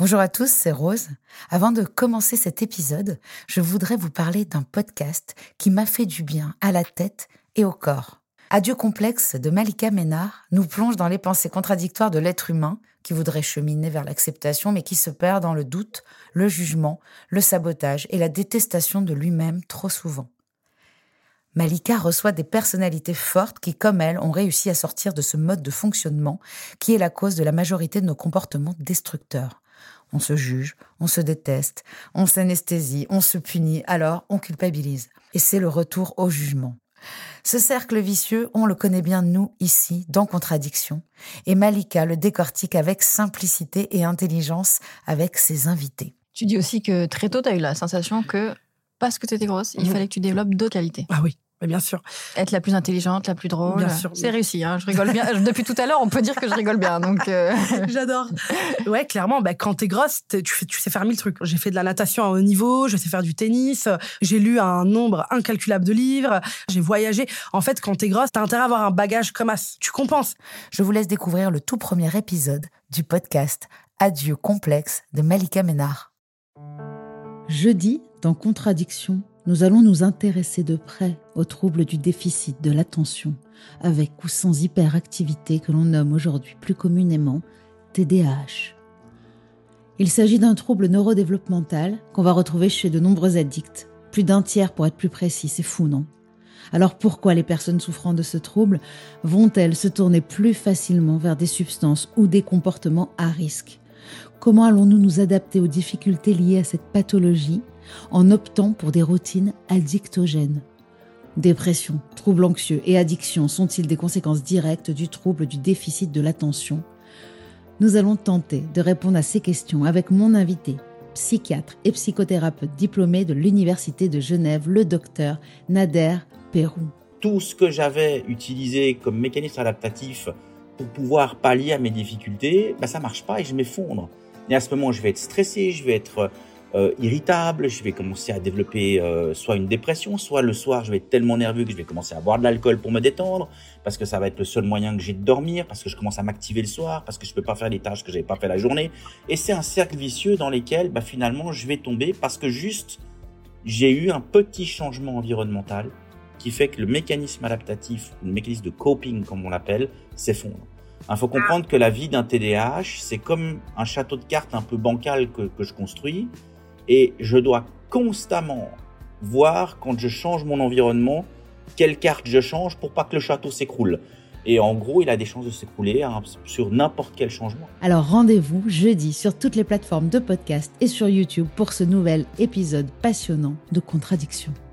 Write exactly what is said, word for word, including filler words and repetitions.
Bonjour à tous, c'est Rose. Avant de commencer cet épisode, je voudrais vous parler d'un podcast qui m'a fait du bien à la tête et au corps. Adieu complexe de Malika Ménard nous plonge dans les pensées contradictoires de l'être humain qui voudrait cheminer vers l'acceptation mais qui se perd dans le doute, le jugement, le sabotage et la détestation de lui-même trop souvent. Malika reçoit des personnalités fortes qui, comme elle, ont réussi à sortir de ce mode de fonctionnement qui est la cause de la majorité de nos comportements destructeurs. On se juge, on se déteste, on s'anesthésie, on se punit, alors on culpabilise. Et c'est le retour au jugement. Ce cercle vicieux, on le connaît bien nous, ici, dans Contradiction. Et Malika le décortique avec simplicité et intelligence avec ses invités. Tu dis aussi que très tôt, tu as eu la sensation que, parce que tu étais grosse, il mmh. fallait que tu développes d'autres qualités. Ah oui. Bien sûr. Être la plus intelligente, la plus drôle. Bien sûr. C'est réussi, hein, je rigole bien. Depuis tout à l'heure, on peut dire que je rigole bien. Donc euh... J'adore. Ouais, clairement, bah, quand t'es grosse, t'es, tu, tu sais faire mille trucs. J'ai fait de la natation à haut niveau, je sais faire du tennis, j'ai lu un nombre incalculable de livres, j'ai voyagé. En fait, quand t'es grosse, t'as intérêt à avoir un bagage comme as. Tu compenses. Je vous laisse découvrir le tout premier épisode du podcast Adieu complexe de Malika Ménard. Jeudi, dans Contradiction, nous allons nous intéresser de près aux troubles du déficit de l'attention, avec ou sans hyperactivité que l'on nomme aujourd'hui plus communément T D A H. Il s'agit d'un trouble neurodéveloppemental qu'on va retrouver chez de nombreux addicts, plus d'un tiers pour être plus précis, c'est fou, non ? Alors pourquoi les personnes souffrant de ce trouble vont-elles se tourner plus facilement vers des substances ou des comportements à risque ? Comment allons-nous nous adapter aux difficultés liées à cette pathologie en optant pour des routines addictogènes ? Dépression, troubles anxieux et addiction sont-ils des conséquences directes du trouble du déficit de l'attention ? Nous allons tenter de répondre à ces questions avec mon invité, psychiatre et psychothérapeute diplômé de l'Université de Genève, le docteur Nader Perrou. Tout ce que j'avais utilisé comme mécanisme adaptatif pour pouvoir pallier à mes difficultés, bah ça marche pas et je m'effondre. Et à ce moment, je vais être stressé, je vais être euh, irritable, je vais commencer à développer euh, soit une dépression, soit le soir, je vais être tellement nerveux que je vais commencer à boire de l'alcool pour me détendre, parce que ça va être le seul moyen que j'ai de dormir, parce que je commence à m'activer le soir, parce que je peux pas faire les tâches que j'avais pas fait la journée. Et c'est un cercle vicieux dans lequel, bah, finalement, je vais tomber parce que juste, j'ai eu un petit changement environnemental qui fait que le mécanisme adaptatif, le mécanisme de coping, comme on l'appelle, s'effondre. Il faut comprendre que la vie d'un T D A H, c'est comme un château de cartes un peu bancal que, que je construis et je dois constamment voir quand je change mon environnement, quelle carte je change pour pas que le château s'écroule. Et en gros, il a des chances de s'écrouler hein, sur n'importe quel changement. Alors rendez-vous jeudi sur toutes les plateformes de podcast et sur YouTube pour ce nouvel épisode passionnant de Contradiction.